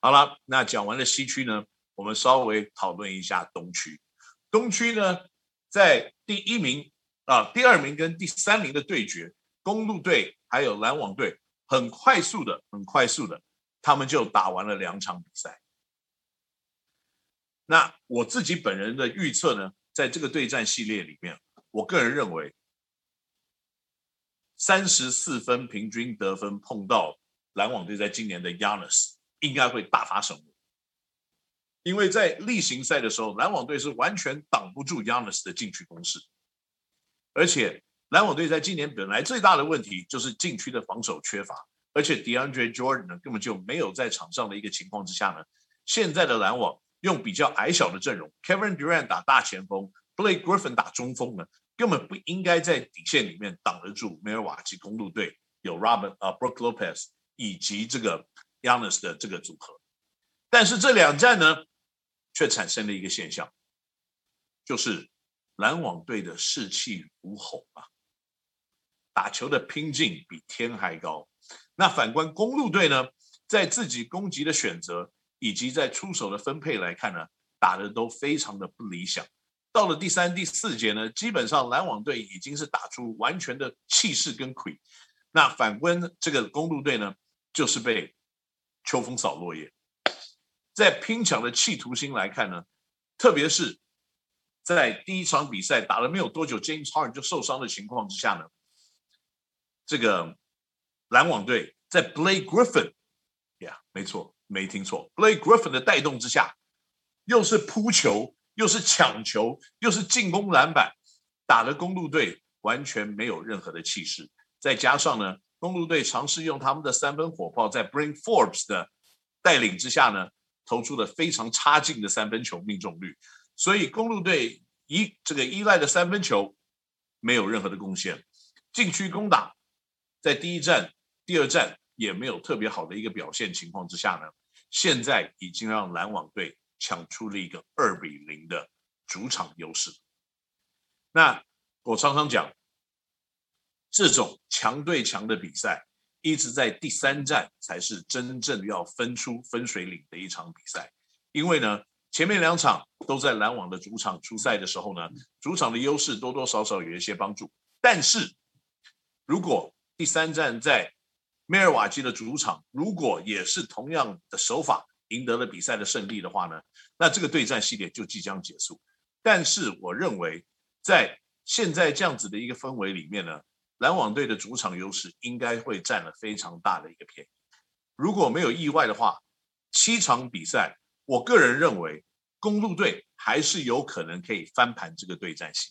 好了，那讲完了西区呢，我们稍微讨论一下东区。东区呢，在第二名跟第3名的对决，公鹿队还有篮网队，很快速的，他们就打完了2场比赛。那我自己本人的预测呢，在这个对战系列里面，我个人认为34分平均得分碰到篮网队在今年的 Giannis 应该会大发神威，因为在例行赛的时候，篮网队是完全挡不住 Giannis 的禁区攻势，而且篮网队在今年本来最大的问题就是禁区的防守缺乏，而且 DeAndre Jordan 呢根本就没有在场上的一个情况之下呢，现在的篮网用比较矮小的阵容 ，Kevin Durant 打大前锋 ，Blake Griffin 打中锋呢，根本不应该在底线里面挡得住梅尔瓦基公鹿队有 Brook Lopez 以及这个 Giannis 的这个组合。但是这2战呢，却产生了一个现象，就是篮网队的士气如虹啊，打球的拼劲比天还高。那反观公鹿队呢，在自己攻击的选择以及在出手的分配来看呢，打的都非常的不理想。到了第3、第4节呢，基本上篮网队已经是打出完全的气势跟魁。那反观这个公鹿队呢，就是被秋风扫落叶。在拼抢的企图心来看呢，特别是在第1场比赛打了没有多久 ，James Harden 就受伤的情况之下呢，这个篮网队在 Blake Griffin， 没错，没听错 ，Blake Griffin 的带动之下，又是扑球，又是抢球，又是进攻篮板，打的公鹿队完全没有任何的气势。再加上呢，公鹿队尝试用他们的3分火炮，在 Bryn Forbes 的带领之下呢，投出了非常差劲的3分球命中率，所以公鹿队这个依赖的3分球没有任何的贡献，禁区攻打在第1战、第2战也没有特别好的一个表现情况之下呢，现在已经让篮网队抢出了一个2-0的主场优势。那我常常讲，这种强对强的比赛，一直在第3战才是真正要分出分水岭的一场比赛。因为呢，前面2场都在篮网的主场出赛的时候呢，主场的优势多多少少有一些帮助。但是，如果第3战在梅尔瓦基的主场，如果也是同样的手法赢得了比赛的胜利的话呢，那这个对战系列就即将结束。但是我认为，在现在这样子的一个氛围里面呢，篮网队的主场优势应该会占了非常大的一个便宜。如果没有意外的话，7场比赛，我个人认为公鹿队还是有可能可以翻盘这个对战系。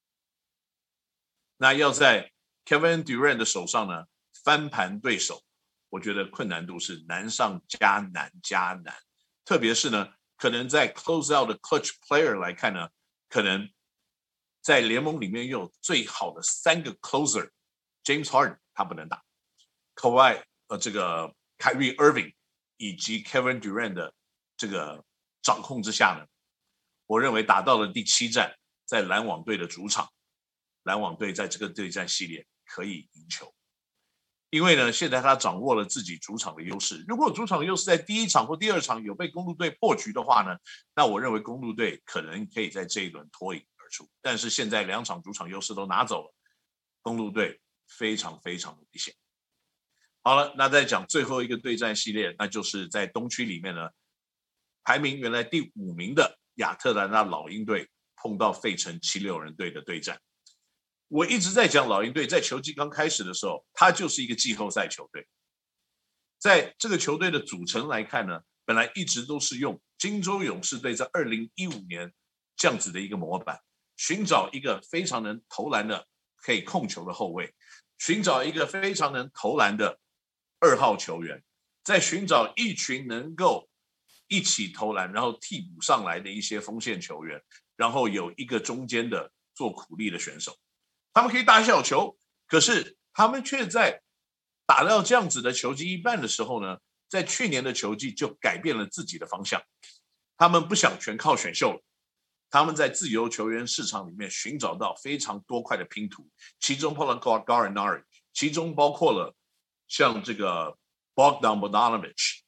那要在 Kevin Durant 的手上呢翻盘对手，我觉得困难度是难上加难加难。特别是呢，可能在 close out 的 clutch player 来看呢，可能在联盟里面又有最好的3个 closer，James Harden 他不能打 ，Kyrie Irving 以及 Kevin Durant 的这个掌控之下呢，我认为打到了第7战，在篮网队的主场，篮网队在这个对战系列可以赢球。因为呢，现在他掌握了自己主场的优势。如果主场优势在第1场或第2场有被公鹿队破局的话呢，那我认为公鹿队可能可以在这一轮脱颖而出。但是现在2场主场优势都拿走了，公鹿队非常非常的危险。好了，那再讲最后一个对战系列，那就是在东区里面呢，排名原来第5名的亚特兰大老鹰队碰到费城76人队的对战。我一直在讲老鹰队在球季刚开始的时候，他就是一个季后赛球队。在这个球队的组成来看呢，本来一直都是用金州勇士队在2015年这样子的一个模板，寻找一个非常能投篮的可以控球的后卫，寻找一个非常能投篮的2号球员，再寻找一群能够一起投篮然后替补上来的一些锋线球员，然后有一个中间的做苦力的选手。他们可以打小球，可是他们却在打到这样子的球季一半的时候呢，在去年的球季就改变了自己的方向。他们不想全靠选秀了，他们在自由球员市场里面寻找到非常多块的拼图，其中包括 Gallinari， 其中包括了像这个 Bogdan Bogdanovic，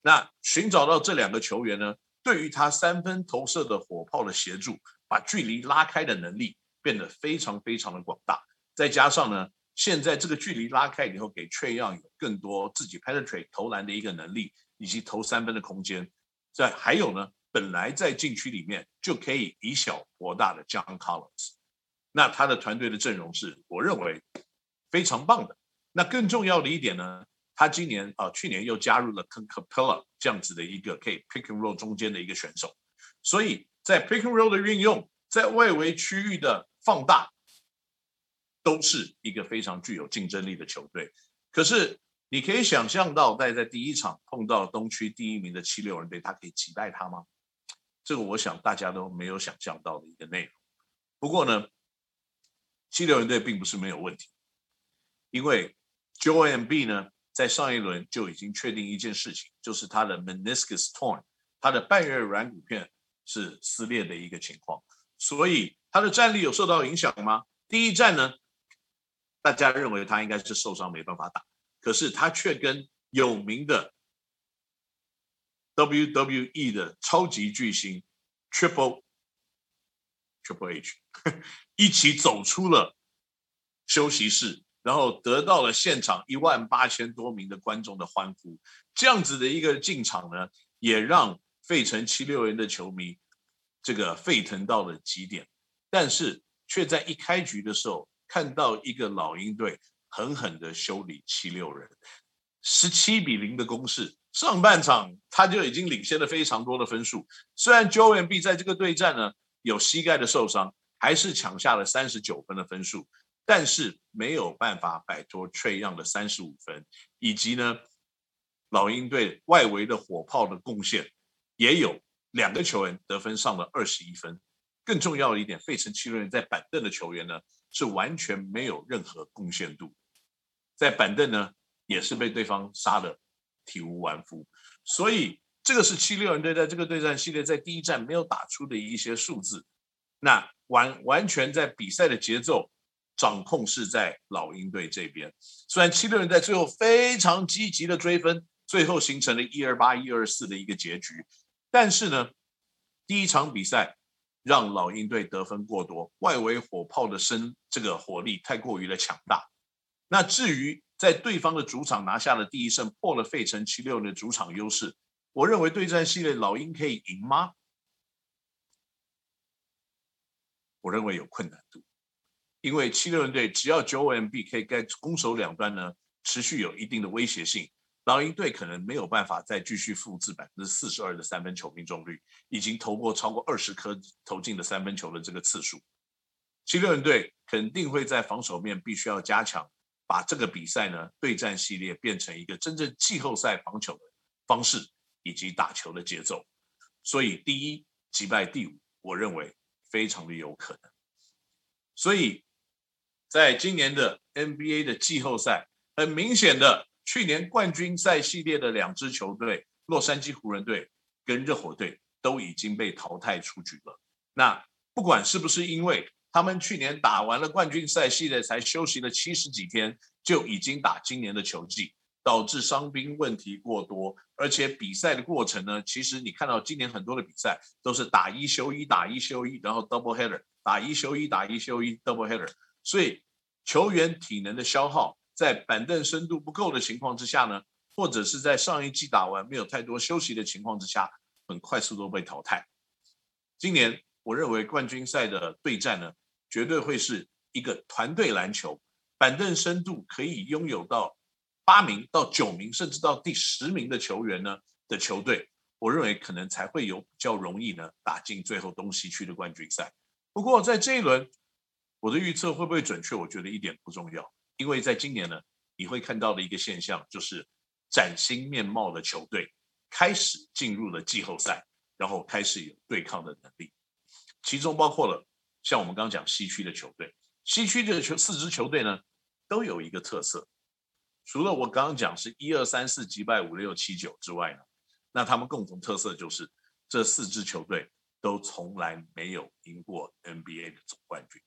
那寻找到这2个球员呢，对于他3分投射的火炮的协助，把距离拉开的能力变得非常非常的广大。再加上呢，现在这个距离拉开以后，给Trae Young有更多自己 penetrate 投篮的一个能力，以及投3分的空间。还有呢，本来在禁区里面就可以以小博大的 John Collins， 那他的团队的阵容是我认为非常棒的。那更重要的一点呢，他去年又加入了 Capella 这样子的一个可以 pick and roll 中间的一个选手，所以在 pick and roll 的运用，在外围区域的放大，都是一个非常具有竞争力的球队。可是你可以想象到，在第一场碰到东区第1名的76人队，他可以击败他吗？这个我想大家都没有想象到的一个内容。不过呢，76人队并不是没有问题，因为 Joel Embiid 呢，在上一轮就已经确定一件事情，就是他的 meniscus torn， 他的半月软骨片是撕裂的一个情况，所以他的战力有受到影响吗？第一战呢，大家认为他应该是受伤没办法打，可是他却跟有名的 WWE 的超级巨星 Triple H 一起走出了休息室，然后得到了现场18000多名的观众的欢呼。这样子的一个进场呢，也让费城76人的球迷这个沸腾到了极点。但是却在一开局的时候，看到一个老鹰队狠狠的修理76人，17-0的攻势。上半场他就已经领先了非常多的分数。虽然 Joel Embiid 在这个对战呢有膝盖的受伤，还是抢下了39分的分数，但是没有办法摆脱Trae Young的35分，以及呢老鹰队外围的火炮的贡献，也有2个球员得分上了21分。更重要的一点，费城76人在板凳的球员呢是完全没有任何贡献度，在板凳呢也是被对方杀的体无完肤。所以这个是76人队在这个对战系列在第一战没有打出的一些数字。那完全在比赛的节奏掌控是在老鹰队这边。虽然76人在最后非常积极的追分，最后形成了128-124的一个结局，但是呢，第一场比赛让老鹰队得分过多，外围火炮的这个火力太过于的强大。那至于在对方的主场拿下了第一胜，破了费城76人的主场优势，我认为对战系列老鹰可以赢吗？我认为有困难度，因为76人队只要Joel Embiid可以在攻守两端呢持续有一定的威胁性，老鹰队可能没有办法再继续复制42%的3分球命中率，已经投过超过20颗投进的3分球的这个次数。76人队肯定会在防守面必须要加强，把这个比赛呢对战系列变成一个真正季后赛防球的方式以及打球的节奏。所以第一击败第5，我认为非常的有可能。所以在今年的 NBA 的季后赛，很明显的去年冠军赛系列的2支球队，洛杉矶湖人队跟热火队都已经被淘汰出局了。那不管是不是因为他们去年打完了冠军赛系列才休息了70几天，就已经打今年的球季，导致伤兵问题过多，而且比赛的过程呢，其实你看到今年很多的比赛都是打1休1，打1休1，然后 double header， 打1休1，打1休1 double header， 所以球员体能的消耗在板凳深度不够的情况之下呢，或者是在上一季打完没有太多休息的情况之下，很快速都被淘汰。今年我认为冠军赛的对战呢，绝对会是一个团队篮球，板凳深度可以拥有到8名到9名，甚至到第10名的球员呢的球队，我认为可能才会有比较容易呢打进最后东西区的冠军赛。不过在这一轮，我的预测会不会准确？我觉得一点不重要，因为在今年呢，你会看到的一个现象就是崭新面貌的球队开始进入了季后赛，然后开始有对抗的能力，其中包括了像我们刚刚讲西区的球队，西区的4支球队呢都有一个特色，除了我刚刚讲是1、2、3、4击败5、6、7、9之外呢，那他们共同特色就是这4支球队都从来没有赢过 NBA 的总冠军。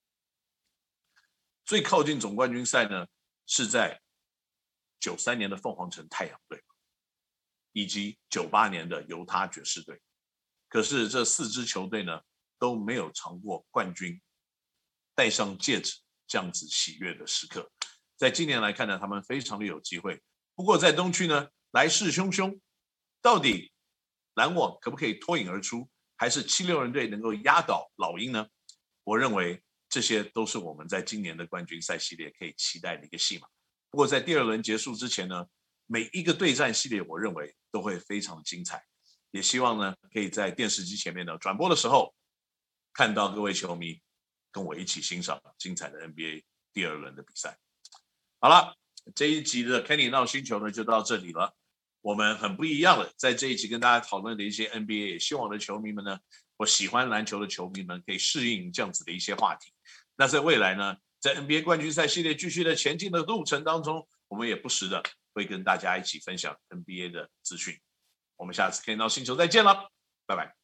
最靠近总冠军赛呢，是在93年的凤凰城太阳队。 以及98年的犹他爵士队。可是这4支球队呢都没有尝过冠军戴上戒指这样子喜悦的时刻。在今年来看呢，他们非常的有机会。不过在东区呢，来势汹汹，到底篮网可不可以脱颖而出，还是76人队能够压倒老鹰呢？我认为这些都是我们在今年的冠军赛系列可以期待的一个戏码。不过在第2轮结束之前呢，每一个对战系列我认为都会非常精彩，也希望呢可以在电视机前面呢转播的时候看到各位球迷跟我一起欣赏精彩的 NBA 第2轮的比赛。好了，这一集的 Kenny 闹星球呢就到这里了。我们很不一样的在这一集跟大家讨论的一些 NBA， 也希望我的球迷们呢，我喜欢篮球的球迷们可以适应这样子的一些话题。那在未来呢，在 NBA 冠军赛系列继续的前进的路程当中，我们也不时的会跟大家一起分享 NBA 的资讯。我们下次Kenny 闹星球再见了，拜拜。